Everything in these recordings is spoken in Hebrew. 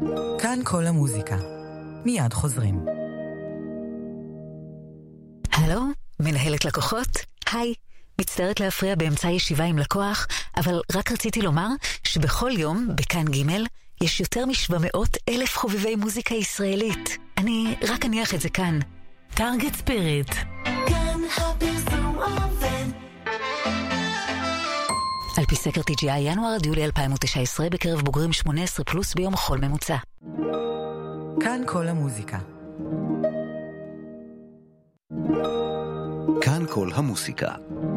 כאן כל המוזיקה. מיד חוזרים. הלו, מנהלת לקוחות? היי, מצטערת להפריע באמצע ישיבה עם לקוח, אבל רק רציתי לומר שבכל יום בכאן ג' יש יותר מ700,000 חובבי מוזיקה ישראלית. אני רק אניח את זה כאן. טארגט ספיריט. כאן הפרסום עובד. על פי סקר TGI ינואר עד יולי 2019 בקרב בוגרים 18 פלוס ביום חול ממוצע. כאן כל המוזיקה. כאן כל המוסיקה.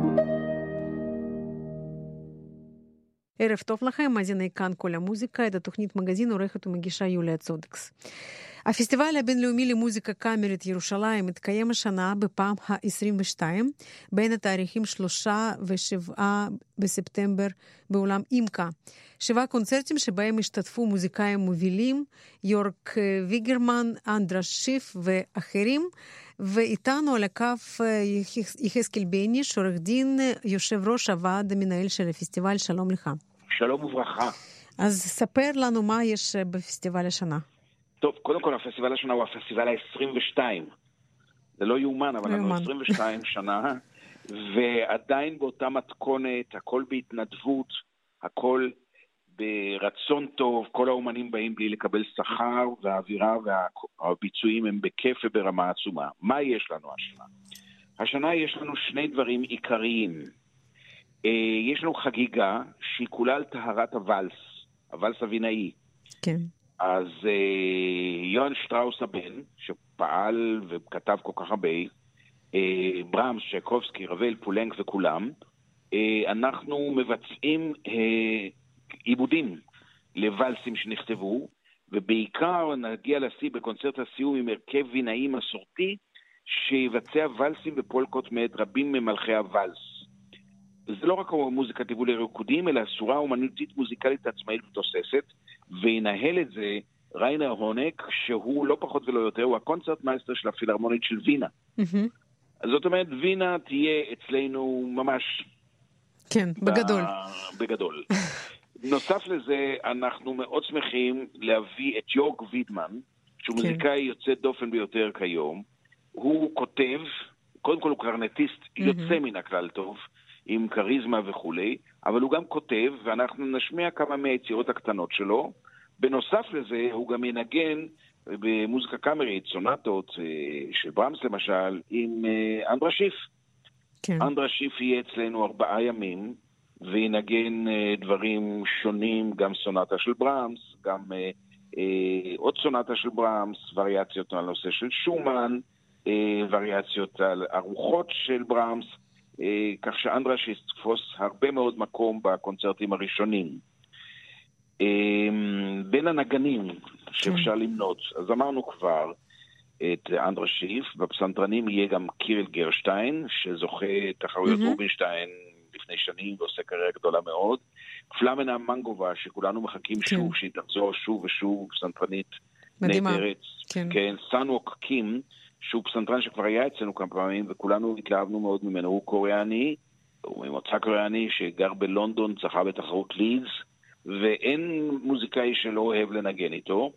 ערב טוב לכם, מאזיני כאן כל המוזיקה, את התוכנית מגזין עורכת ומגישה יוליה צודקס. הפסטיבל הבינלאומי למוזיקה קאמרית ירושלים מתקיים השנה בפעם ה-22, בין התאריכים 3 ו-7 בספטמבר באולם אימקה. 7 קונצרטים שבהם השתתפו מוזיקאים מובילים, יורק ויגרמן, אנדרש שיף ואחרים, ואיתנו על הקו יחזקאל בניש, עורך דין, יושב ראש הוועד המנהל של הפסטיבל. שלום לך. שלום וברכה. אז ספר לנו מה יש בפסטיבל השנה. טוב, קודם כל הפסטיבל השנה הוא הפסטיבל ה-22. זה לא יאומן, אבל אנחנו 22 שנה, ועדיין באותה מתכונת, הכל בהתנדבות, הכל ברצון טוב, כל האומנים באים בלי לקבל שכר, והאווירה והביצועים הם בכיף וברמה עצומה. מה יש לנו השנה? השנה יש לנו שני דברים עיקריים. יש לנו חגיגה שהיא כולה על טהרת הוואלס הווינאי. כן. אז יוהאן שטראוס הבן, שפעל וכתב כל כך הרבה, ברמס, צ'ייקובסקי, רבל, פולנק וכולם, אנחנו מבצעים עיבודים לוואלסים שנכתבו, ובעיקר נגיע לשיא בקונצרט הסיום עם הרכב וינאי מסורתי, שיבצע וואלסים ופולקות מאת רבים ממלכי הוואלס. זה לא רק מוזיקה טיבולי ריקודים, אלא סורה אומנותית מוזיקלית עצמאית ותוססת, וינהל את זה ריינר הונק, שהוא לא פחות ולא יותר, הוא הקונצרט מייסטר של הפילהרמונית של וינה. אז זאת אומרת, וינה תהיה אצלנו ממש... כן, בגדול. בגדול. נוסף לזה, אנחנו מאוד שמחים להביא את יורק וידמן, שהוא מוזיקאי יוצא דופן ביותר כיום. הוא כותב, קודם כל הוא קלרנטיסט יוצא מן הכלל טוב, עם קריזמה וכולי, אבל הוא גם כותב, ואנחנו נשמיע כמה מהיצירות הקטנות שלו. בנוסף לזה, הוא גם ינגן במוזיקה קאמרית, סונטות של ברמס למשל, עם אנדרש שיף. כן. אנדרש שיף יהיה אצלנו 4 ימים, וינגן דברים שונים, גם סונטה של ברמס, גם עוד סונטה של ברמס, וריאציות על נושא של שומן, וריאציות על ארוחות של ברמס, כך שאנדרש יתפוס הרבה מאוד מקום בקונצרטים הראשונים. בין הנגנים שאפשר למנות, אז אמרנו כבר את אנדרש שיף, בפסנתרנים יהיה גם קיריל גרשטיין, שזוכה תחרויות רובינשטיין לפני שנים ועושה קריירה גדולה מאוד. פלמנה מנגובה, שכולנו מחכים שוב, שהיא תחזור שוב ושוב, פסנתרנית נהדרת. כן, סנווק קים, שהוא פסנתרן שכבר היה אצלנו כמה פעמים, וכולנו התלהבנו מאוד ממנו. הוא קוריאני, הוא ממוצא קוריאני שגר בלונדון, זכה בתחרות לידס, ואין מוזיקאי שלא אוהב לנגן איתו.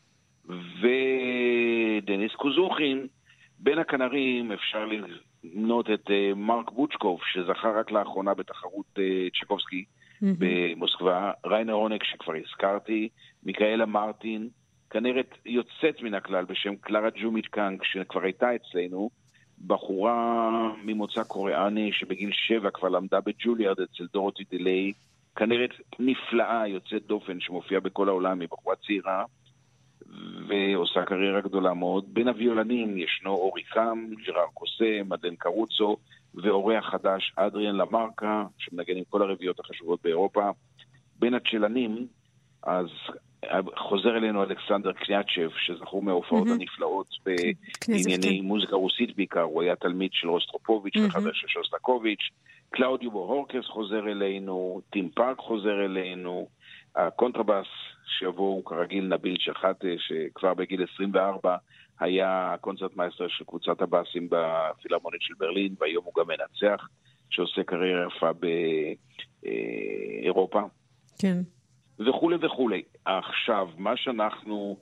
ודניס קוזוכין, בין הכנרים אפשר למנות את מרק בוצ'קוב, שזכה רק לאחרונה בתחרות צ'ייקובסקי במוסקבה, ריינר הונק שכבר הזכרתי, מיקאלה מרטין, כנרת יוצאת מן הכלל בשם קלרה ג'ומית קאנג, שכבר הייתה אצלנו, בחורה ממוצא קוריאני שבגיל 7 כבר למדה בג'וליארד אצל דורותי דיליי, כנרת נפלאה, יוצאת דופן, שמופיעה בכל העולם, היא בחורה צעירה, ועושה קריירה גדולה מאוד. בין הוויולנים ישנו אורי קאם, ג'רר קוסה, מדלן קרוצו, ואורח חדש אדריאן למרקה, שמנגן עם כל הרביעיות החשובות באירופה. בין הצ'לנים, אז חוזר אלינו אלכסנדר קניאצ'ב, שזכו מההופעות הנפלאות בענייני מוזיקה רוסית בעיקר, הוא היה תלמיד של רוסטרופוביץ' וחבר של שוסטקוביץ'. קלאודיו בוהורקס חוזר אלינו, טים פארק חוזר אלינו, הקונטרבאס שיבואו כרגיל נביל שחטה, שכבר בגיל 24 היה הקונצרט מייסטר של קבוצת הבאסים בפילהרמונית של ברלין, והיום הוא גם מנצח, שעושה קריירה יפה באירופה. כן. וכולי וכולי. עכשיו, מה שאנחנו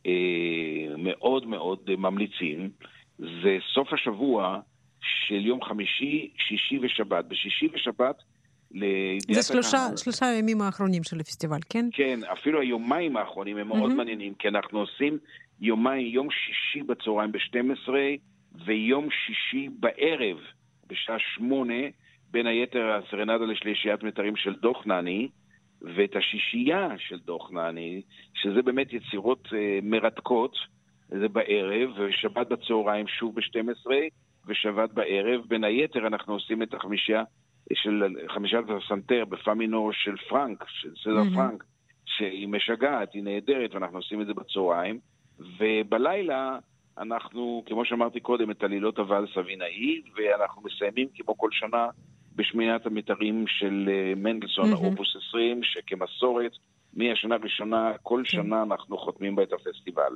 מאוד מאוד ממליצים, זה סוף השבוע של יום חמישי, שישי ושבת. בשישי ושבת, זה שלושה ימים האחרונים של הפסטיבל, כן? כן, אפילו היומיים האחרונים הם מאוד מעניינים, כי אנחנו עושים יום שישי בצהריים ב-12, ויום שישי בערב בשעה 8, בין היתר הסרנדה לשלישיית מתרים של דוחנני, ואת השישייה של דוחנני, שזה באמת יצירות מרתקות, זה בערב, ושבת בצהריים שוב ב-12, ושבת בערב. בין היתר אנחנו עושים את חמישת הסנטר בפאמינור של פרנק, של סדר פרנק, שהיא משגעת, היא נהדרת, ואנחנו עושים את זה בצהריים. ובלילה אנחנו, כמו שאמרתי קודם, את עלילות הוואלס אבינאי, ואנחנו מסיימים כמו כל שנה בשמיעת המתרים של מנדלסון, אופוס 20, שכמסורת, מהשנה הראשונה, כל שנה אנחנו חותמים בה את הפסטיבל.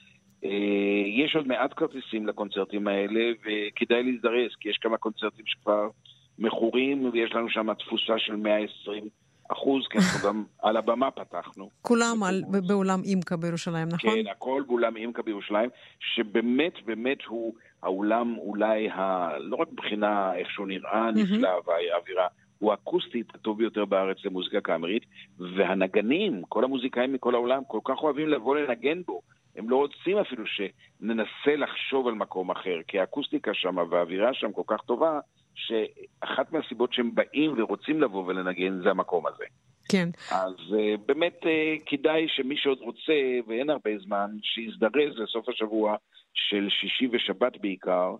יש עוד מעט כרטיסים לקונצרטים האלה, וכדאי להזדרז, כי יש כמה קונצרטים שכבר מכורים, ויש לנו שם תפוסה של 120%, כי אנחנו גם על הבמה פתחנו. כולם באולם אימקה בירושלים, נכון? כן, הכל באולם אימקה בירושלים, שבאמת, באמת הוא האולם אולי, לא רק מבחינה איך שהוא נראה, נפלא והאווירה, הוא האקוסטית הטוב ביותר בארץ למוזיקה קאמרית, והנגנים, כל המוזיקאים מכל העולם, כל כך אוהבים לבוא לנגן בו. הם לא רוצים אפילו שננסה לחשוב על מקום אחר, כי האקוסטיקה שם והאווירה שם כל כך טובה, שאחת מהסיבות שהם באים ורוצים לבוא ולנגן זה המקום הזה. כן. אז באמת כדאי שמי שעוד רוצה, ואין הרבה זמן, שיזדרז לסוף השבוע של שישי ושבת בעיקר,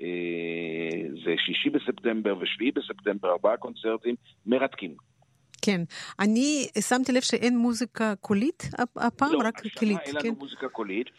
זה 6 בספטמבר ו7 בספטמבר, 4 קונצרטים מרתקים. כן. אני שמתי לב שאין מוזיקה קולית הפעם, לא, רק קלית. אין לנו כן? מוזיקה קולית,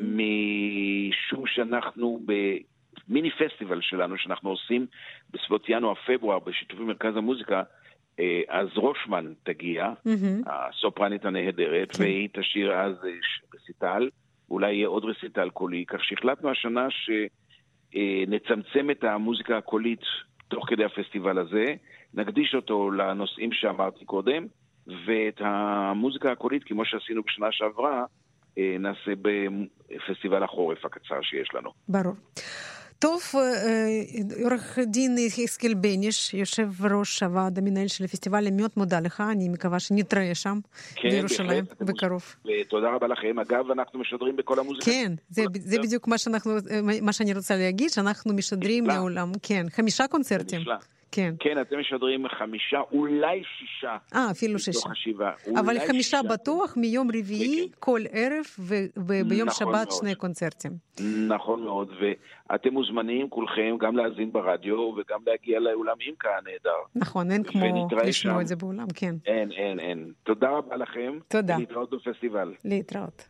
משום שאנחנו במיני פסטיבל שלנו, שאנחנו עושים בסביבות ינואר-פברואר, בשיתוף עם מרכז המוזיקה, אז רושמן תגיע, הסופרנית הנהדרת, והיא תשאיר אז רסיטל, אולי יהיה עוד רסיטל קולי, כך שהחלטנו השנה שנצמצם את המוזיקה הקולית תוך כדי הפסטיבל הזה, נקדיש אותו לנושאים שאמרתי קודם, ואת המוזיקה הקולית, כמו שעשינו בשנה שעברה, נעשה בפסטיבל החורף הקצר שיש לנו. ברור. טוב, עורך דין יחזקאל בניש, יושב ראש הוועד המנהל של הפסטיבל, אני מאוד מודה לך, אני מקווה שנתראה שם בירושלים בקרוב. ותודה רבה לכם. אגב, אנחנו משדרים בכל המוזיקה. כן, זה בדיוק מה שאני רוצה להגיד, שאנחנו משדרים לעולם, כן, 5 קונצרטים. כן. כן, אתם משדרים 5, אולי 6. אפילו 6. אבל 5 בטוח מיום רביעי כל ערב, וביום שבת 2 קונצרטים. נכון מאוד, ואתם מוזמנים כולכם גם להאזין ברדיו, וגם להגיע לאולם אימקה הנהדר. נכון, אין כמו לשמוע את זה באולם, כן. אין. תודה רבה לכם. תודה. להתראות בפסטיבל. להתראות.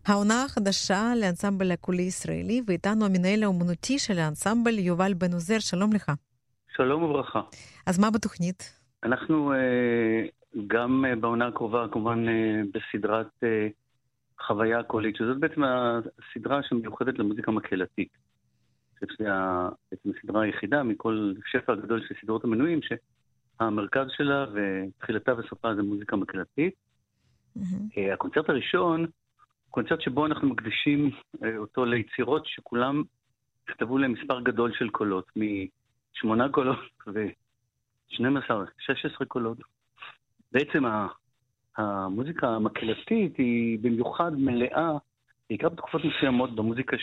העונה החדשה לאנסמבל הקולי ישראלי, ואיתנו המנהל האומנותי של האנסמבל, יובל בן עוזר, שלום לך. שלום וברכה. אז מה בתוכנית? אנחנו גם בעונה הקרובה, כמובן בסדרת חוויה הקולית, שזאת בעצם הסדרה שמיוחדת למוזיקה מקהלתית. זה בעצם הסדרה היחידה מכל שפע הגדול של סדרות המנויים, שהמרכז שלה ותחילתה וסופה זה מוזיקה מקהלתית. הקונצרט הראשון, קונצרט שבו אנחנו מקדישים אותו ליצירות שכולם כתבו להם מספר גדול של קולות, מ8 קולות ו12, 16 קולות. בעצם המוזיקה המקהלתית היא במיוחד מלאה, בעיקר בתקופות מסוימות במוזיקה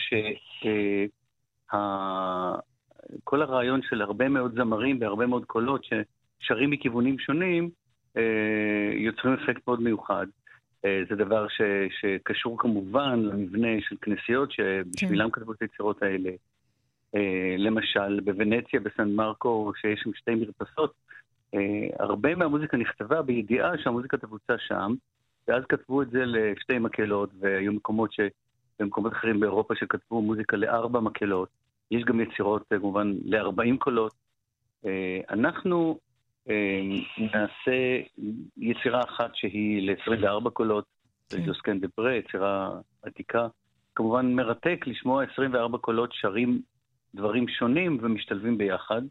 כל הרעיון של הרבה מאוד זמרים והרבה מאוד קולות ששרים מכיוונים שונים, יוצרים אפקט מאוד מיוחד. זה דבר שקשור כמובן למבנה של כנסיות שבשבילם כתבו את היצירות האלה. למשל, בוונציה, בסן מרקו, שיש שם 2 מרפסות, הרבה מהמוזיקה נכתבה בידיעה שהמוזיקה תבוצע שם, ואז כתבו את זה ל2 מקהלות, והיו מקומות במקומות אחרים באירופה שכתבו מוזיקה ל4 מקהלות. יש גם יצירות כמובן ל40 קולות. אנחנו נעשה יצירה אחת שהיא ל24 קולות, ג'וסקן דפרה, יצירה עתיקה. כמובן מרתק לשמוע 24 קולות שרים דברים שונים ומשתלבים ביחד.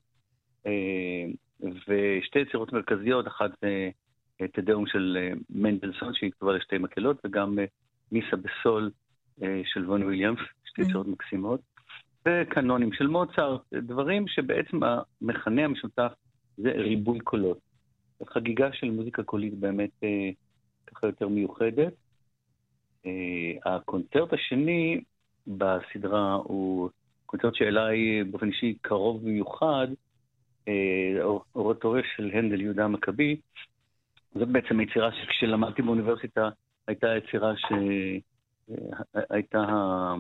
ושתי יצירות מרכזיות, אחת תדאום של מנדלסון שהיא כתובה ל2 מקהלות, וגם מיסה בסול של וון וויליאמס, שתי יצירות מקסימות. וקנונים של מוצרט, דברים שבעצם המכנה המשותף זה ריבוי קולות. חגיגה של מוזיקה קולית באמת ככה יותר מיוחדת. הקונצרט השני בסדרה הוא קונצרט שאליי באופן אישי קרוב במיוחד, אורטוריה של הנדל יהודה המכבי. זאת בעצם יצירה שכשלמדתי באוניברסיטה הייתה יצירה שהייתה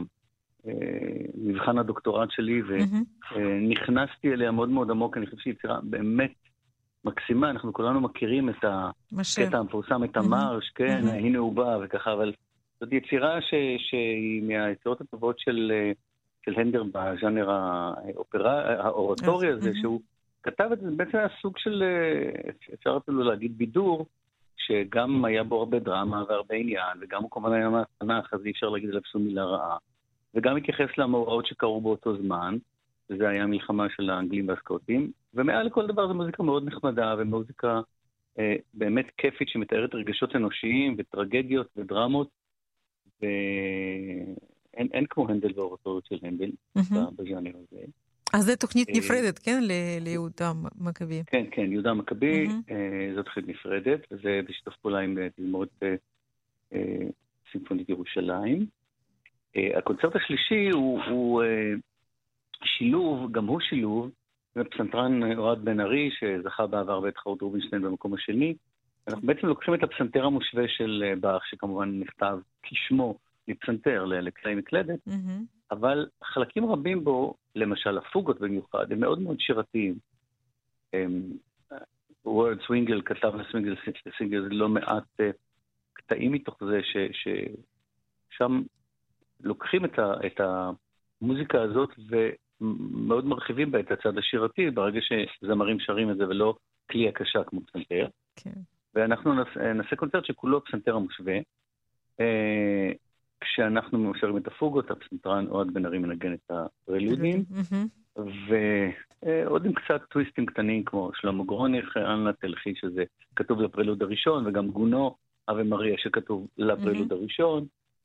מבחן הדוקטורט שלי, ונכנסתי אליה מאוד מאוד עמוק. אני חושב שהיא יצירה באמת מקסימה. אנחנו כולנו מכירים את הקטע המפורסם, את המרש, כן, הנה הוא בא וככה, אבל זאת יצירה שהיא מהיצירות הטובות של הנדל בז'אנר האורטוריה הזה, שהוא כתב את זה בעצם הסוג של, אפשר אפילו להגיד בידור, שגם היה בו הרבה דרמה והרבה עניין, וגם הוא כמובן היה מהתנ"ך, אז אי אפשר להגיד עליו שום מילה רעה. וגם התייחס למאורעות שקרו באותו זמן, וזה היה מלחמה של האנגלים והסקוטים, ומעל לכל דבר זו מוזיקה מאוד נחמדה, ומוזיקה באמת כיפית שמתארת רגשות אנושיים וטרגדיות ודרמות, ואין כמו הנדל ואורטוריות של הנדל בז'אנר הזה. אז זו תוכנית נפרדת, כן? ליהודה המכבי. כן, כן, יהודה המכבי, זו תוכנית נפרדת, וזה בשיתוף פעולה עם תזמורת סימפונית ירושלים. הקונצרט השלישי הוא שילוב, גם הוא שילוב, בפסנתרן אוהד בן ארי, שזכה בעבר בתחרות רובינשטיין במקום השני. אנחנו בעצם לוקחים את הפסנתר המושווה של באך, שכמובן נכתב כשמו לפסנתר, לכלי מקלדת, אבל חלקים רבים בו, למשל הפוגות במיוחד, הם מאוד מאוד שירתיים. וורד סווינגל כתב לסווינגל סינגל, זה לא מעט קטעים מתוך זה, ששם לוקחים את המוזיקה הזאת ומאוד מרחיבים בה את הצד השירתי, ברגע שזמרים שרים את זה ולא כלי הקשה כמו פסנתר. כן. ואנחנו נעשה קונצרט שכולו פסנתר המושווה, כשאנחנו שרים את הפוגות, הפסנתרן אוהד בן ארי מנגן את הרלודים, ועוד עם קצת טוויסטים קטנים כמו שלמה גרוניך, אנה תלכי, שזה כתוב לפרלוד הראשון, וגם גונו, אבי מריה שכתוב לפרלוד הראשון,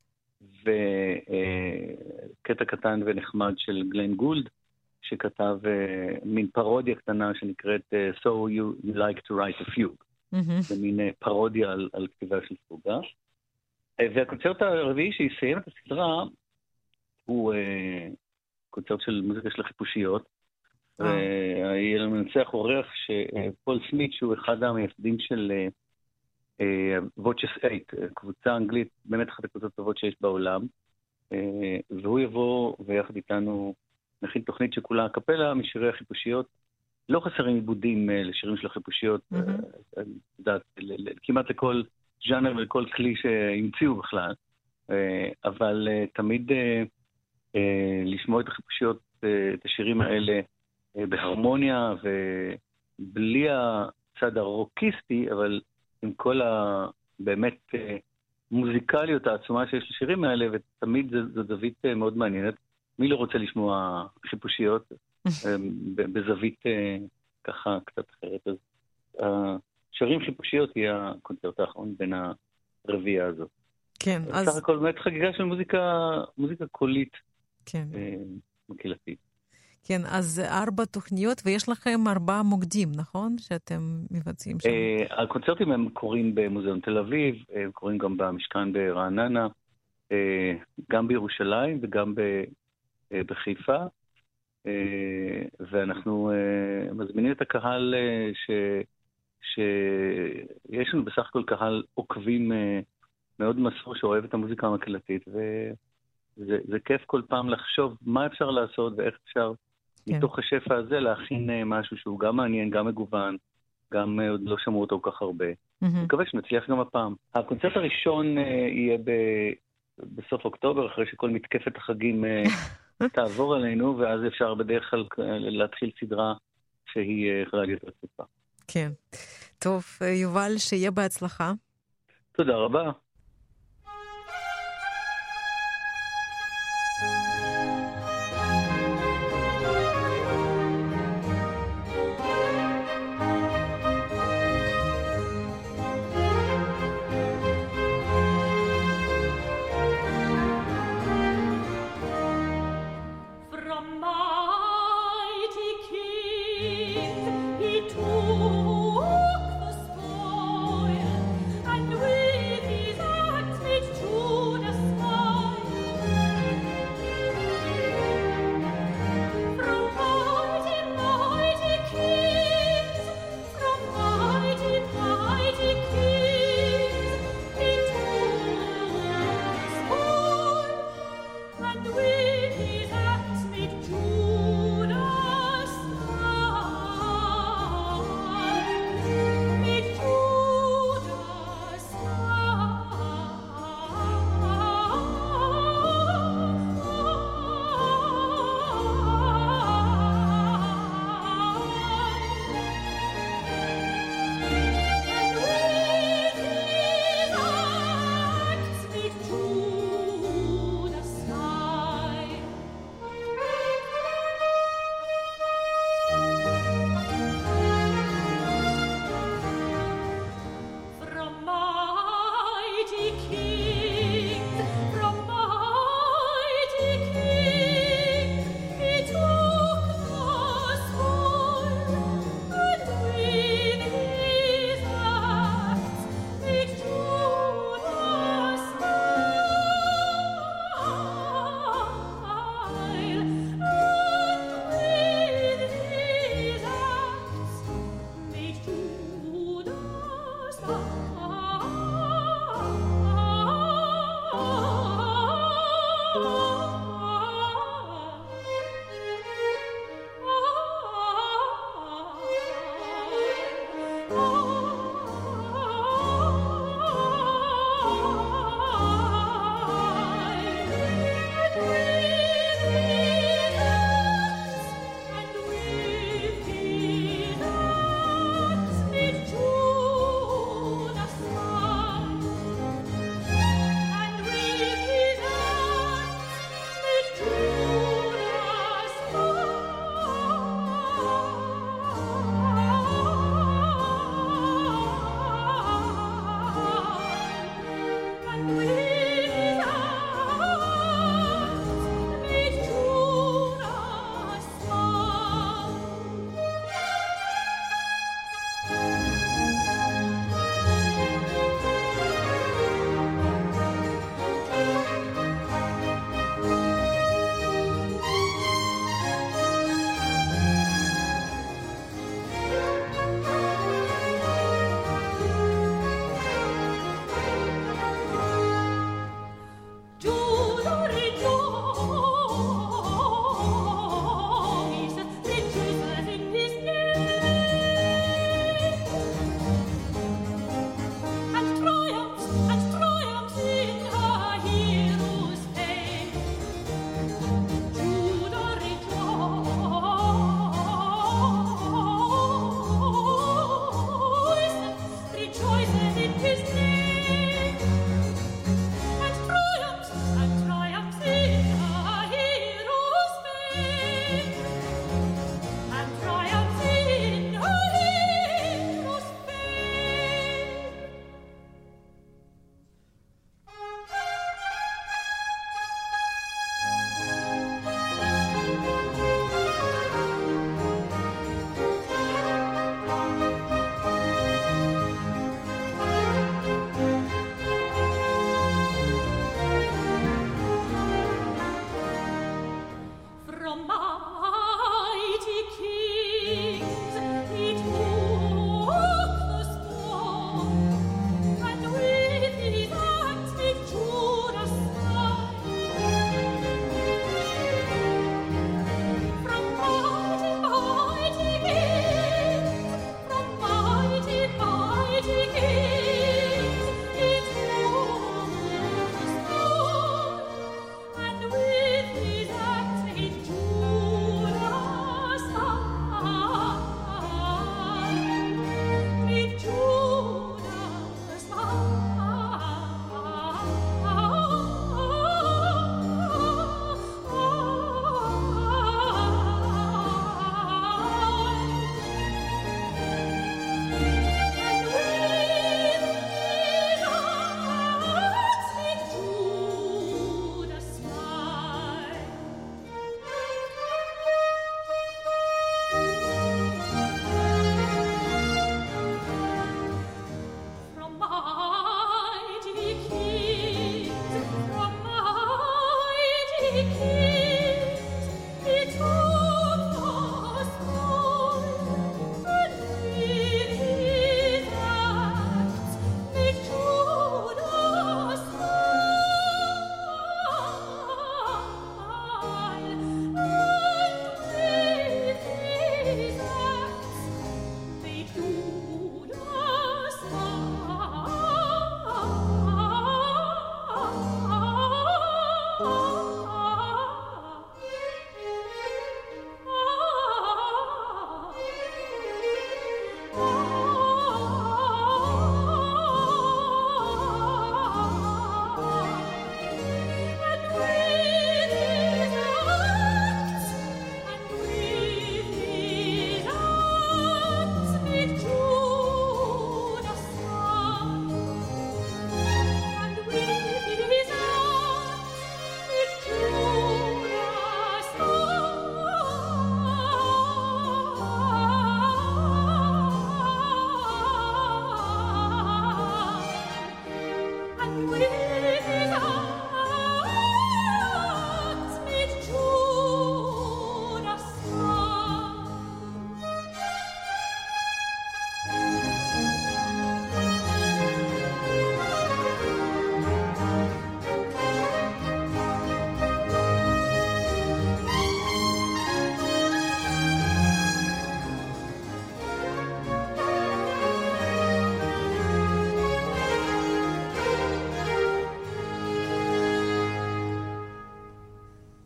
וקטע קטן ונחמד של גלן גולד, שכתב מין פרודיה קטנה שנקראת So You Like to Write a Fugue. זה מין פרודיה על כתיבה של פוגה. והקונצרט הרביעי שיסיים את הסדרה הוא קונצרט של מוזיקה של החיפושיות. יהיה לנו מנצח אורח שפול סמית, שהוא אחד המייסדים של Voices 8, קבוצה אנגלית, באמת אחת הקבוצות טובות שיש בעולם. והוא יבוא ויחד איתנו נכין תוכנית שכולה הקפלה משירי החיפושיות. לא חסרים עיבודים לשירים של החיפושיות, כמעט לכל ז'אנר ולכל כלי שהמציאו בכלל. אבל תמיד לשמוע את החיפושיות, את השירים האלה בהרמוניה ובלי הצד הרוקיסטי, אבל עם כל באמת מוזיקליות העצומה שיש לשירים האלה, ותמיד זו זווית מאוד מעניינת. מי לא רוצה לשמוע חיפושיות בזווית ככה קצת אחרת? אז שרים חיפושיות היא הקונצרט האחרון בין הרביעייה הזאת. כן, אז... סך הכל באמת חגיגה של מוזיקה קולית. כן. מקהילתית. כן, אז 4 תוכניות, ויש לכם 4 מוקדים, נכון? שאתם מבצעים שם. הקונצרטים הם קורים במוזיאון תל אביב, הם קורים גם במשכן ברעננה, גם בירושלים וגם בחיפה, ואנחנו מזמינים את הקהל שיש לנו בסך הכל קהל עוקבים מאוד מסור שאוהב את המוזיקה המקהילתית, וזה כיף כל פעם לחשוב מה אפשר לעשות ואיך אפשר מתוך השפע הזה להכין משהו שהוא גם מעניין, גם מגוון, גם עוד לא שמעו אותו כל כך הרבה. אני מקווה שנצליח גם הפעם. הקונצרט הראשון יהיה בסוף אוקטובר, אחרי שכל מתקפת החגים תעבור עלינו, ואז אפשר בדרך כלל להתחיל סדרה שהיא רדיו רצופה. כן. טוב, יובל, שיהיה בהצלחה. תודה רבה.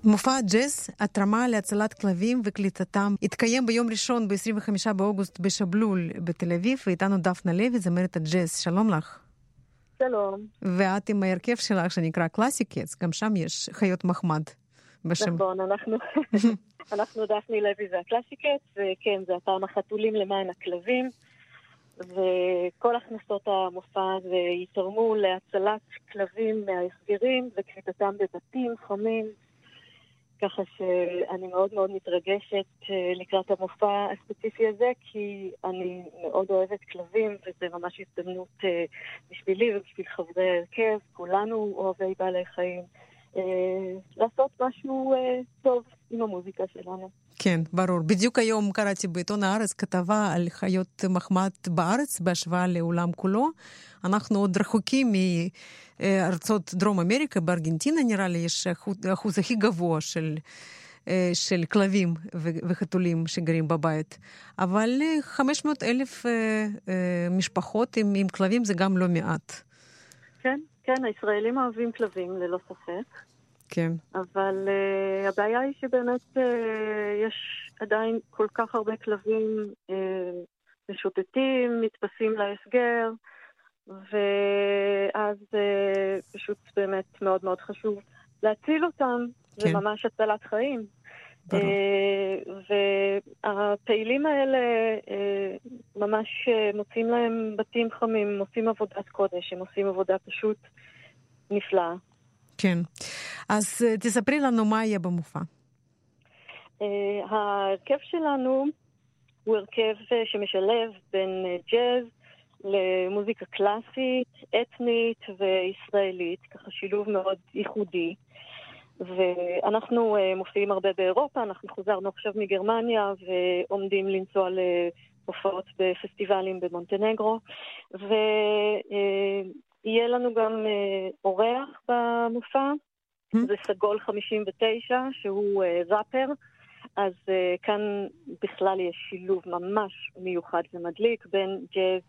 מופע ג'אז, התרמה להצלת כלבים וקליטתם, התקיים ביום ראשון ב-25 באוגוסט בשבלול בתל אביב, ואיתנו דפנה לוי, זמרת הג'אז. שלום לך. שלום. ואת עם ההרכב שלך שנקרא קלאסיקטס, גם שם יש חיות מחמד. נכון, אנחנו דפני לוי והקלאסיקטס, וכן, זה הפעם החתולים למען הכלבים, וכל הכנסות המופע הזה יתרמו להצלת כלבים מההסגרים וקליטתם בבתים חמים, ככה שאני מאוד מאוד מתרגשת לקראת המופע הספציפי הזה, כי אני מאוד אוהבת כלבים, וזה ממש הזדמנות בשבילי ובשביל חברי ההרכב, כולנו אוהבי בעלי חיים, לעשות משהו טוב עם המוזיקה שלנו. כן, ברור. בדיוק היום קראתי בעיתון הארץ כתבה על חיות מחמד בארץ בהשוואה לעולם כולו. אנחנו עוד רחוקים מארצות דרום אמריקה, בארגנטינה נראה לי יש האחוז הכי גבוה של כלבים וחתולים שגרים בבית. אבל 500,000 משפחות עם כלבים זה גם לא מעט. כן, כן, הישראלים אוהבים כלבים ללא ספק. כן. אבל הבעיה היא שבאמת יש עדיין כל כך הרבה כלבים משוטטים, מתפסים להסגר, ואז פשוט באמת מאוד מאוד חשוב להציל אותם, כן. זה ממש הצלת חיים. והפעילים האלה ממש מוצאים להם בתים חמים, הם עושים עבודת קודש, הם עושים עבודה פשוט נפלאה. כן. אז תספרי לנו מה יהיה במופע. ההרכב שלנו הוא הרכב שמשלב בין ג'אז למוזיקה קלאסית, אתנית וישראלית, ככה שילוב מאוד ייחודי. ואנחנו מופיעים הרבה באירופה, אנחנו חוזרנו עכשיו מגרמניה ועומדים לנסוע להופעות בפסטיבלים במונטנגרו, יהיה לנו גם אורח במופע, זה סגול 59, שהוא ראפר, אז כאן בכלל יש שילוב ממש מיוחד ומדליק בין ג'אז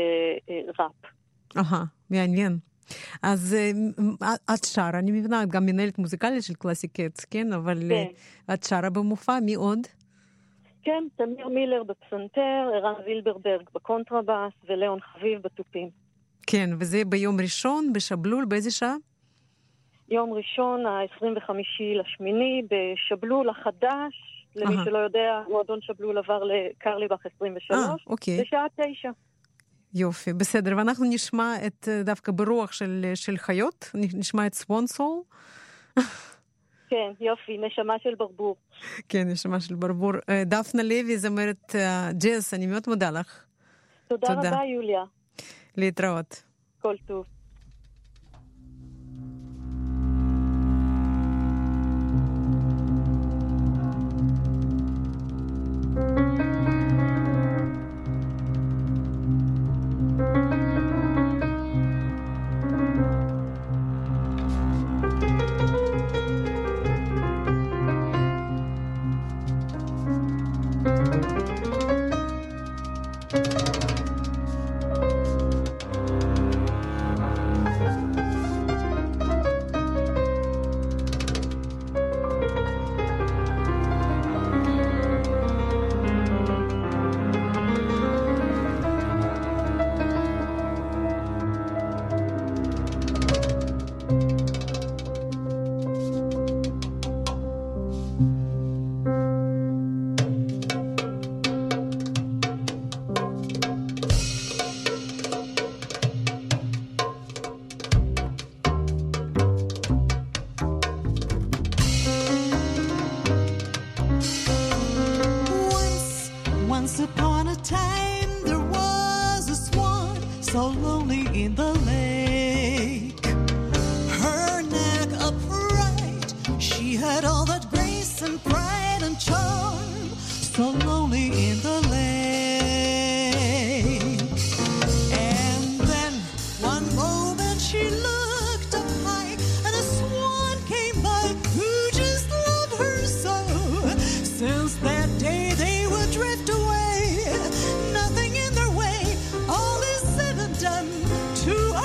לראפ. מעניין. אז את שרה, אני מבינה, גם מנהלת מוזיקלית של קלאסיקטס, כן? אבל את שרה במופע, מי עוד? כן, תמיר מילר בפסנתר, ערן וילברברג בקונטרבאס ולאון חביב בתופים. כן, וזה ביום ראשון, בשבלול, באיזה שעה? יום ראשון, ה-25 לשמיני, בשבלול החדש, למי שלא יודע, מועדון שבלול עבר לקרליבך 23, בשעה 9. יופי, בסדר, ואנחנו נשמע את דווקא ברוח של חיות, נשמע את סוונסול. כן, יופי, נשמה של ברבור. כן, נשמה של ברבור. דפנה לוי, זמרת ג'אז, אני מאוד מודה לך. תודה רבה, יוליה. להתראות. כל טוב.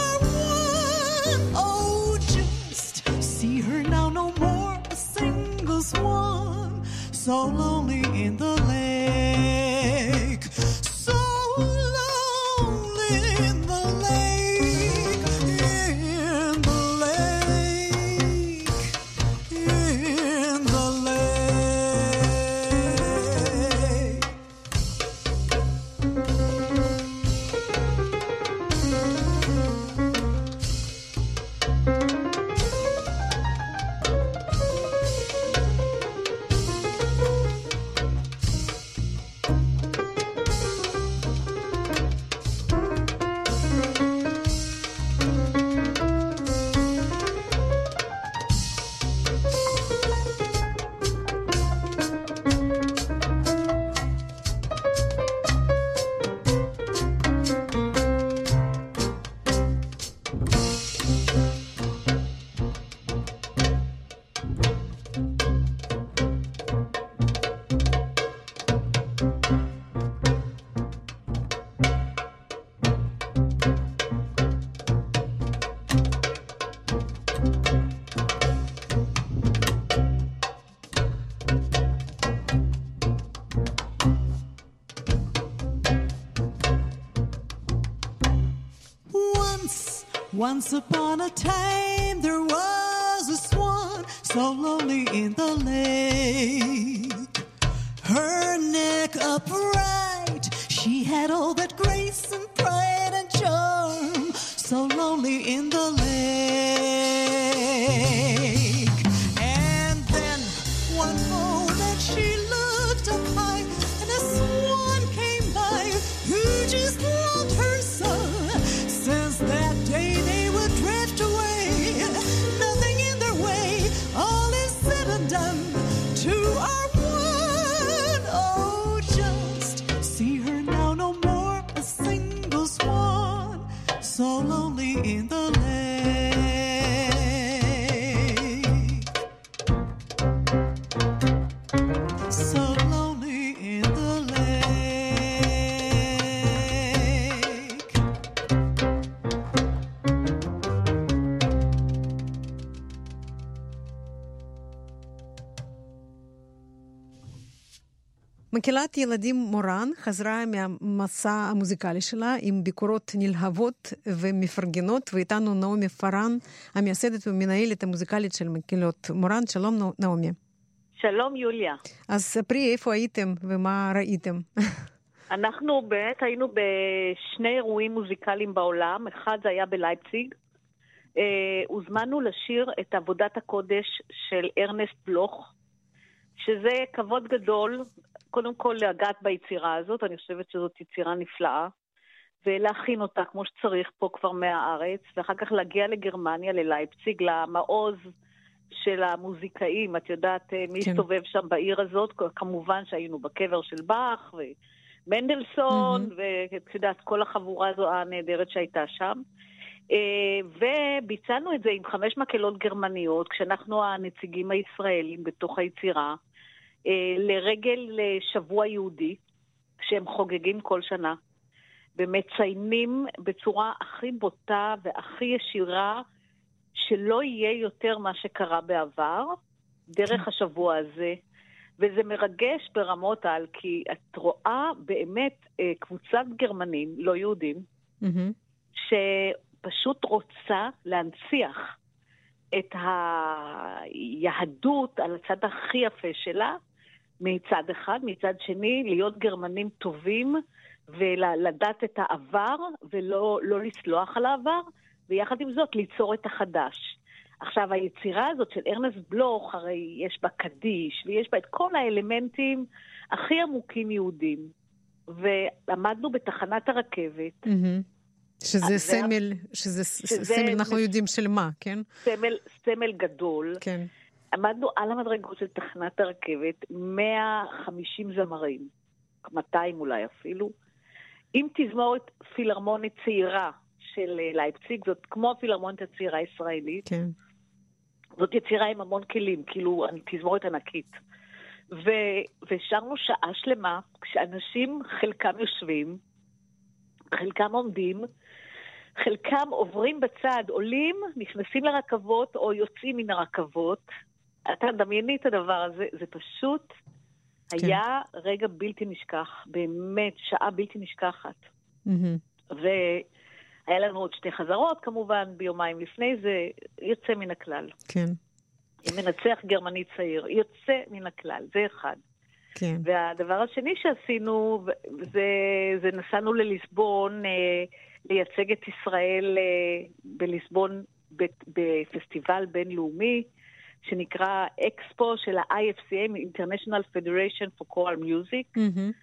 See her now, no more a single in the lake, in the lake, in the lake. Once upon a time there was a swan so lonely in the lake. Her neck upright, she had all that grace and pride and charm, so lonely in the lake. And then one moment she looked up high and a swan came by who just loved her so. Since that day they would drift away, nothing in their way, all is said and done, two are one. Oh, just see her now, no more a single swan, so lonely in the lake. So lonely in the lake. מקהלת ילדים מורן חזרה מהמסע המוזיקלי שלה עם ביקורות נלהבות ומפרגנות, ואיתנו נעמי פארן, המייסדת ומנהלת המוזיקלית של מקהלות מורן. שלום נעמי. שלום יוליה. אז ספרי איפה הייתם ומה ראיתם. אנחנו באמת היינו בשני אירועים מוזיקליים בעולם, אחד זה היה בלייפציג, הוזמנו לשיר את עבודת הקודש של ארנסט בלוך, שזה כבוד גדול, קודם כל להגעת ביצירה הזאת, אני חושבת שזאת יצירה נפלאה, ולהכין אותה כמו שצריך פה כבר מהארץ, ואחר כך להגיע לגרמניה, ללייפציג, למעוז של המוזיקאים, את יודעת מי הסתובב שם בעיר הזאת, כמובן שהיינו בקבר של באך ומנדלסון, ואת יודעת כל החבורה הזו הנהדרת שהייתה שם, וביצענו את זה עם 5 מקהלות גרמניות, כשאנחנו הנציגים הישראלים בתוך היצירה, לרגל שבוע יהודי, שהם חוגגים כל שנה, ומציינים בצורה הכי בוטה והכי ישירה, שלא יהיה יותר מה שקרה בעבר, דרך השבוע הזה, וזה מרגש ברמות על, כי את רואה באמת קבוצת גרמנים, לא יהודים, שפשוט רוצה להנציח את היהדות על הצד הכי יפה שלה, מצד אחד, מצד שני, להיות גרמנים טובים, ולדעת את העבר, ולא לסלוח על העבר, ויחד עם זאת ליצור את החדש. עכשיו, היצירה הזאת של ארנסט בלוך, הרי יש בה קדיש, ויש בה את כל האלמנטים הכי עמוקים יהודים. ולמדנו בתחנת הרכבת. שזה סמל, אנחנו יודעים של מה, כן? סמל גדול. כן. עמדנו על המדרגות של תחנת הרכבת, 150 זמרים, 200 אולי אפילו, עם תזמורת פילהרמונית צעירה של לייפציג, זאת כמו הפילהרמונית הצעירה הישראלית. כן. זאת יצירה עם המון כלים, כאילו תזמורת ענקית. ושרנו שעה שלמה, כשאנשים חלקם יושבים, חלקם עומדים, חלקם עוברים בצד, עולים, נכנסים לרכבות או יוצאים מן הרכבות. אתה דמייני את הדבר הזה, זה פשוט היה רגע בלתי נשכח, באמת שעה בלתי נשכחת. והיה לנו עוד 2 חזרות, כמובן, ביומיים לפני זה, יוצא מן הכלל. כן. מנצח גרמני צעיר, יוצא מן הכלל, זה אחד. כן. והדבר השני שעשינו, זה נסענו לליסבון, לייצג את ישראל בליסבון בפסטיבל בינלאומי, שנקרא אקספו של ה-IFCA, International Federation for Choral Music,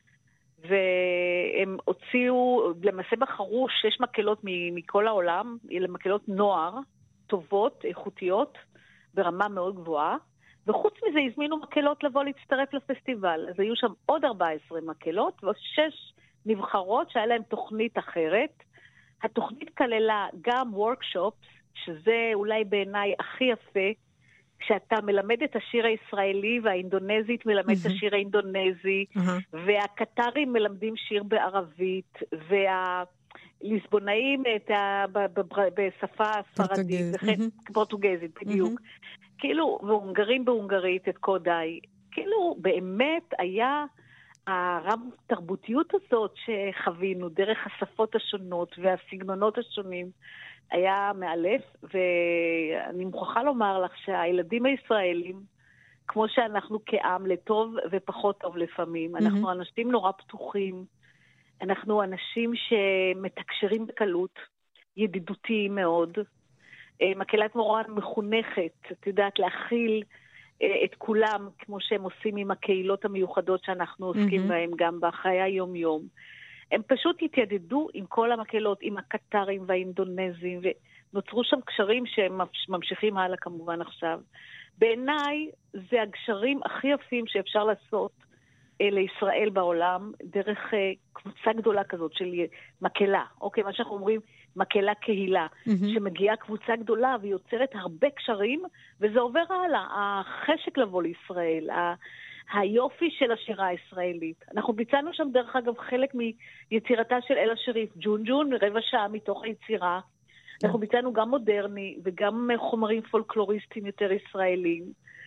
והם הוציאו, למעשה בחרו 6 מקהלות מכל העולם, אלה מקהלות נוער, טובות, איכותיות, ברמה מאוד גבוהה, וחוץ מזה הזמינו מקהלות לבוא להצטרף לפסטיבל. אז היו שם עוד 14 מקהלות, ו6 נבחרות שהיה להם תוכנית אחרת. התוכנית כללה גם וורקשופס, שזה אולי בעיניי הכי יפה, כשאתה מלמד את השיר הישראלי, והאינדונזית מלמד את השיר האינדונזי, והקטרים מלמדים שיר בערבית, והליסבונאים בשפה ספרדית, פורטוגזית בדיוק. כאילו, והונגרים בהונגרית את קודאי. כאילו, באמת היה הרב תרבותיות הזאת שחווינו, דרך השפות השונות והסגנונות השונים, היה מאלף, ואני מוכרחה לומר לך שהילדים הישראלים, כמו שאנחנו כעם, לטוב ופחות טוב לפעמים, אנחנו אנשים נורא פתוחים, אנחנו אנשים שמתקשרים בקלות, ידידותיים מאוד, מקהלת מורן מחונכת, את יודעת, להכיל את כולם, כמו שהם עושים עם הקהילות המיוחדות שאנחנו עוסקים בהם, גם בחיי היום-יום. הם פשוט התיידדו עם כל המקהלות, עם הקטרים והאינדונזים, ונוצרו שם קשרים שהם ממשיכים הלאה כמובן עכשיו. בעיניי זה הגשרים הכי יפים שאפשר לעשות לישראל בעולם, דרך קבוצה גדולה כזאת של מקהלה. אוקיי, מה שאנחנו אומרים, מקהלה קהילה, שמגיעה קבוצה גדולה ויוצרת הרבה קשרים, וזה עובר הלאה. החשק לבוא לישראל, היופי של השירה הישראלית. אנחנו ביצענו שם דרך אגב חלק מיצירתה של אלה שריף, ג'ון, רבע שעה מתוך היצירה. אנחנו ביצענו גם מודרני וגם חומרים פולקלוריסטיים יותר ישראלים.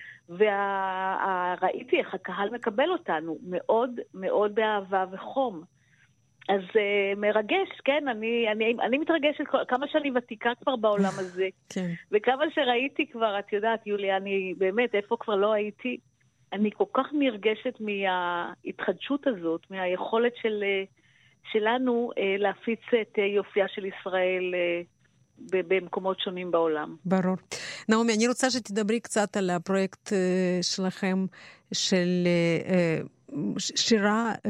וראיתי איך הקהל מקבל אותנו מאוד מאוד באהבה וחום. אז מרגש, כן, אני מתרגשת כמה שאני ותיקה כבר בעולם הזה. כן. וכמה שראיתי כבר, את יודעת, יוליה, אני באמת, איפה כבר לא הייתי, אני כל כך נרגשת מההתחדשות הזאת, מהיכולת שלנו להפיץ את יופייה של ישראל במקומות שונים בעולם. ברור. נעמי, אני רוצה שתדברי קצת על הפרויקט שלכם של שירה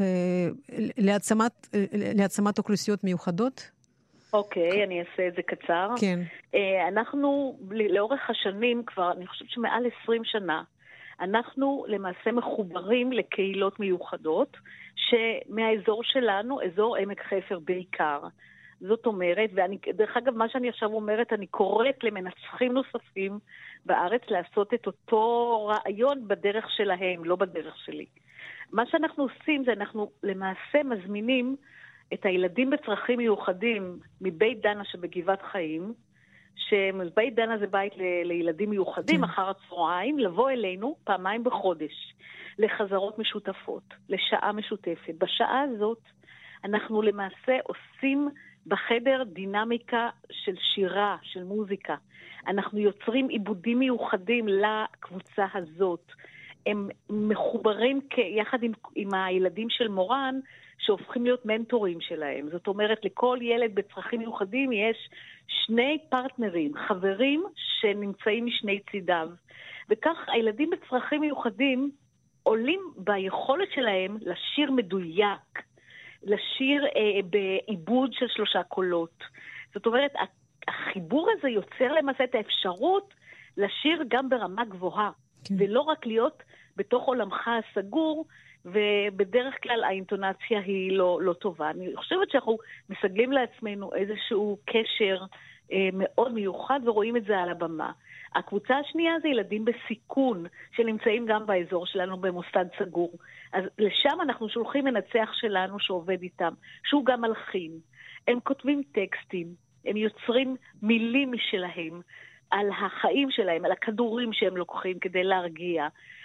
להעצמת אוכלוסיות מיוחדות. אוקיי, אני אעשה את זה קצר. כן. אנחנו לאורך השנים כבר, אני חושבת שמעל 20 שנה, אנחנו למעשה מחוברים לקהילות מיוחדות, שמהאזור שלנו, אזור עמק חפר בעיקר. זאת אומרת, דרך אגב, מה שאני עכשיו אומרת, אני קוראת למנצחים נוספים בארץ לעשות את אותו רעיון בדרך שלהם, לא בדרך שלי. מה שאנחנו עושים זה אנחנו למעשה מזמינים את הילדים בצרכים מיוחדים מבית דנה שבגבעת חיים, שבית דנה זה בית לילדים מיוחדים אחר הצהריים, לבוא אלינו פעמיים בחודש, לחזרות משותפות, לשעה משותפת. בשעה הזאת אנחנו למעשה עושים בחדר דינמיקה של שירה, של מוזיקה. אנחנו יוצרים עיבודים מיוחדים לקבוצה הזאת. הם מחוברים יחד עם הילדים של מורן, שהופכים להיות מנטורים שלהם. זאת אומרת, לכל ילד בצרכים מיוחדים יש 2 פרטנרים, חברים שנמצאים משני צידיו. וכך הילדים בצרכים מיוחדים עולים ביכולת שלהם לשיר מדויק, לשיר בעיבוד של 3 קולות. זאת אומרת, החיבור הזה יוצר למעשה את האפשרות לשיר גם ברמה גבוהה, ולא רק להיות בתוך עולמך הסגור, ובדרך כלל האינטונציה היא לא טובה. אני חושבת שאנחנו מסגלים לעצמנו איזשהו קשר מאוד מיוחד, ורואים את זה על הבמה. הקבוצה השנייה זה ילדים בסיכון, שנמצאים גם באזור שלנו במוסד סגור. אז לשם אנחנו שולחים מנצח שלנו שעובד איתם, שהוא גם מלחין. הם כותבים טקסטים, הם יוצרים מילים משלהם, על החיים שלהם, על הכדורים שהם לוקחים כדי להרגיע.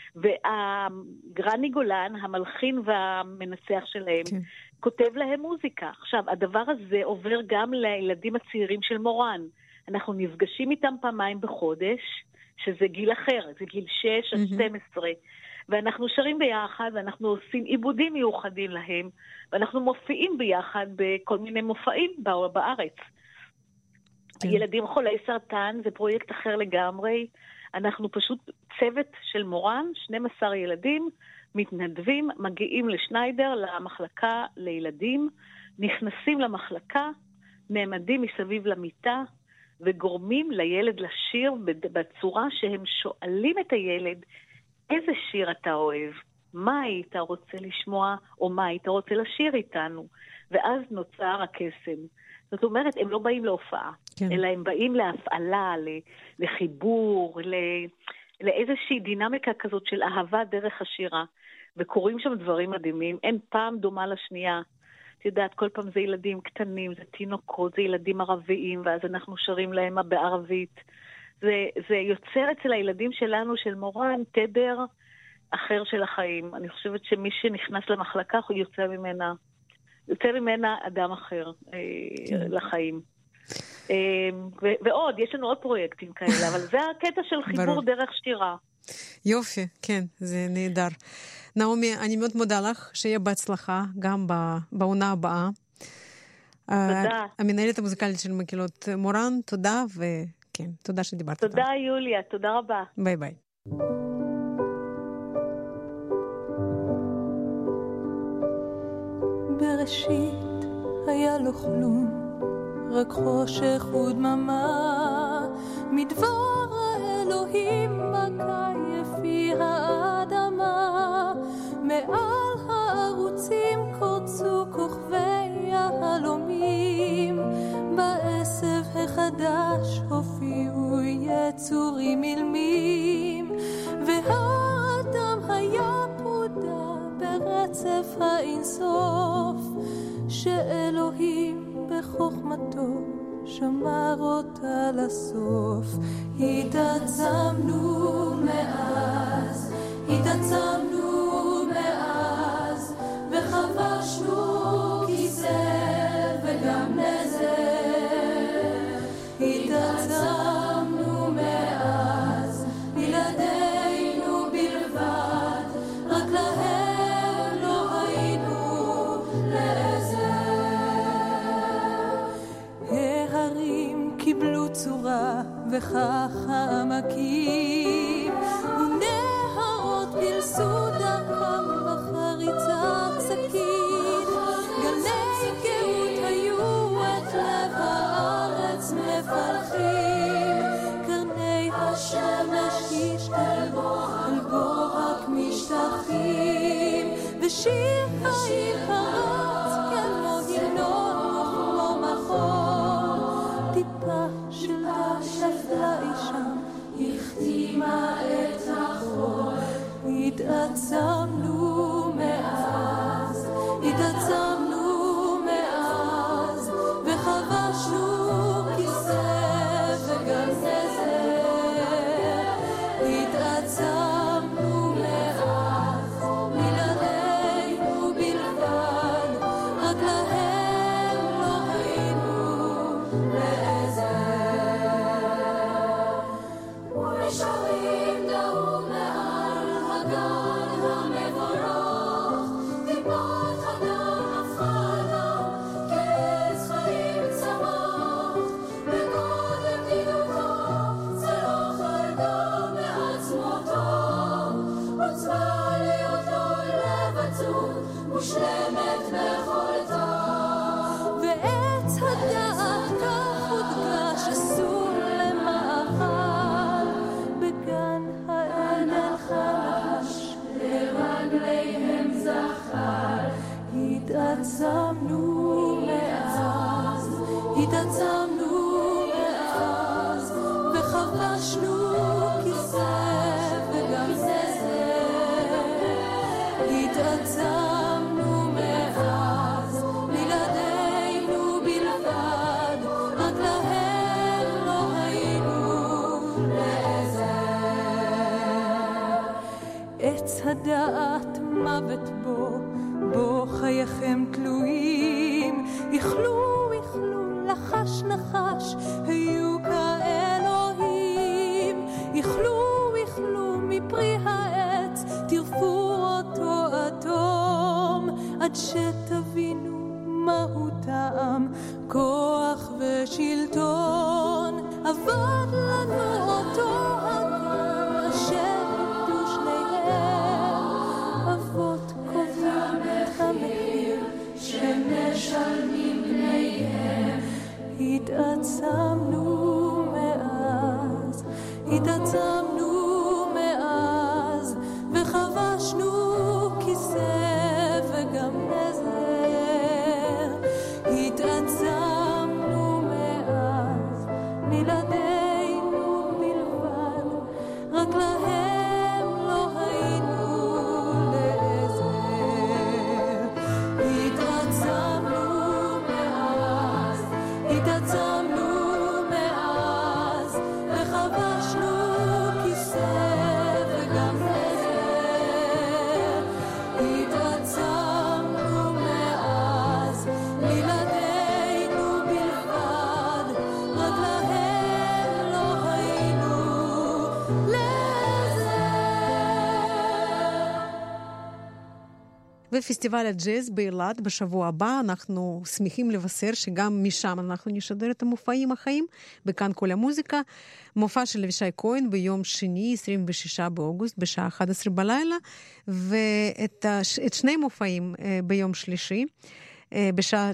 והגרני גולן, המלחין והמנצח שלהם, כן. כותב להם מוזיקה. עכשיו, הדבר הזה עובר גם לילדים הצעירים של מורן. אנחנו נפגשים איתם פעמיים בחודש, שזה גיל אחר, זה גיל 6 עד 12. ואנחנו שרים ביחד, ואנחנו עושים עיבודים מיוחדים להם, ואנחנו מופיעים ביחד בכל מיני מופעים בארץ. ילדים חולי סרטן, זה פרויקט אחר לגמרי. אנחנו פשוט צוות של מורן, 12 ילדים, מתנדבים, מגיעים לשניידר, למחלקה לילדים, נכנסים למחלקה, נעמדים מסביב למיטה, וגורמים לילד לשיר בצורה שהם שואלים את הילד, איזה שיר אתה אוהב? מה היית רוצה לשמוע, או מה היית רוצה לשיר איתנו? ואז נוצר הקסם. זאת אומרת, הם לא באים להופעה, כן. אלא הם באים להפעלה, לחיבור, לאיזושהי דינמיקה כזאת של אהבה דרך השירה. וקוראים שם דברים מדהימים, אין פעם דומה לשנייה. את יודעת, כל פעם זה ילדים קטנים, זה תינוקות, זה ילדים ערביים, ואז אנחנו שרים להם בערבית. זה יוצר אצל הילדים שלנו, של מורן, תדר אחר של החיים. אני חושבת שמי שנכנס למחלקה, הוא יוצא ממנה אדם אחר לחיים. ועוד, יש לנו עוד פרויקטים כאלה, אבל זה הקטע של חיבור דרך שירה. יופי, כן, זה נהדר. נעמי, אני מאוד מודה לך, שיהיה בהצלחה גם בעונה הבאה. תודה. המנהלת המוזיקלית של מקהלות מורן, תודה, וכן, תודה שדיברת. תודה יוליה, תודה רבה. ביי ביי. בראשית היה לו כלום, רק חושך ודממה, מדבר האלוהים מכה יפי האדמה, מעל הערוצים קורצו כוכבי ההלומים, בעשב החדש הופיעו יצורים אילמים, והאדם היה פרודה ברצף האינסוף, שאלוהים בחוכמתו שמר אותה לסוף. התעצמנו מאז, וחבשנו כיסא וגם נזר. התעצמנו מאז, ילדינו בלבד, רק להם לא היינו לעזר. ההרים קיבלו צורה וכך העמקים, ונהרות פלסו דרכם בחריצה צקית, גלי גאות היו את לב הארץ מפלחים, קרני השמש השתלבו על בו רק משטחים, ושיר העיר פרץ כמו המנון וכמו מחול, טיפה של דש נפלה אישם החתימה את החול. התעצמנו מאז, וחבשנו כיסא וגם נזר. התעצמנו מאז, מילדינו בלבד, רק להם לא היינו לעזר. ושרים דאו מעל הגן המבורך, טיפת הדם הפכה לה כעץ חיים צמח, וקודם דידותו זה לא חרגה מעצמותו, עוצמה להיות לו לב עצוב מושלמת יכולתה, ועץ הדעת כך הודגש אסור למאכל, בגן העדן חלש לרגליהם זחל. התעצמנו מאז, וחבשנו כיסא וגם נזר. התעצמנו מאז, מילדינו בלבד, רק להם לא היינו לעזר. הדעת מוות בו חייכם תלויים. איכלו לחש נחש, היו כאלוהים. איכלו מפרי העץ, תרפו אותו אדום, עד שתבינו מהו טעם כוח ושלטון. עבד לנו אותו הכל אשר איבדו שניהם, אבות קובעים את המחיר שמשלמים בניהם. התעצמנו מאז וחבשנו כיסא וגם נזר. התעצמנו מאז מילדינו בלבד, רק להם לא היינו לעזר. התעצמנו מאז וחבשנו כיסא וגם נזר. התעצמנו מאז מילדינו בלבד, רק להם לא היינו לעזר. ופסטיבל הג'אז באילת בשבוע הבא, אנחנו שמחים לבשר שגם משם אנחנו נשדר את המופעים החיים בכאן כל המוזיקה. מופע של אבישי כהן ביום שני 26 באוגוסט בשעה 11 בלילה, ואת שני מופעים ביום שלישי בשעה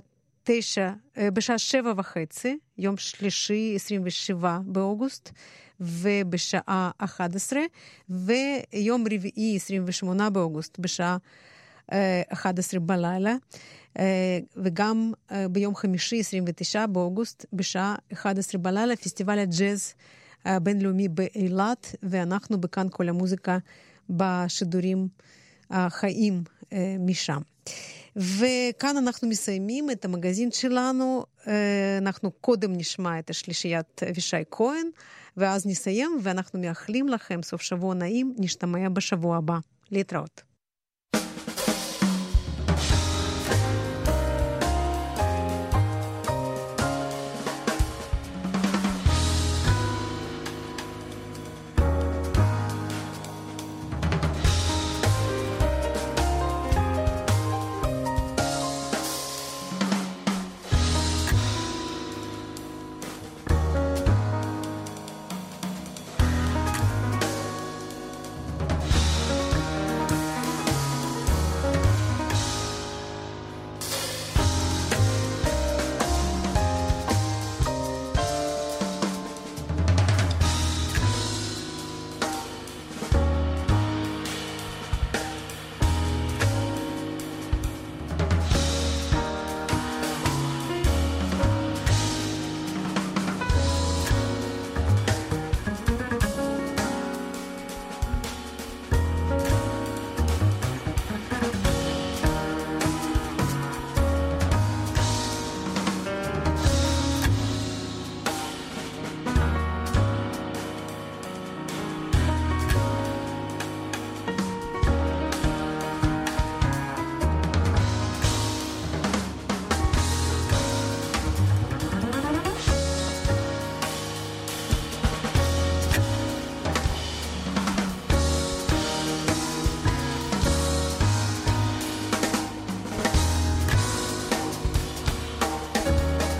7:30, יום שלישי 27 באוגוסט ובשעה 11, ויום רביעי 28 באוגוסט בשעה 11 בלילה, וגם ביום חמישי 29 באוגוסט בשעה 11 בלילה, פסטיבל הג'אז הבינלאומי באילת, ואנחנו בכאן כל המוזיקה בשידורים החיים משם. וכאן אנחנו מסיימים את המגזין שלנו. אנחנו קודם נשמע את השלישיית אבישי כהן, ואז נסיים, ואנחנו מאחלים לכם סוף שבוע נעים. נשתמע בשבוע הבא. להתראות.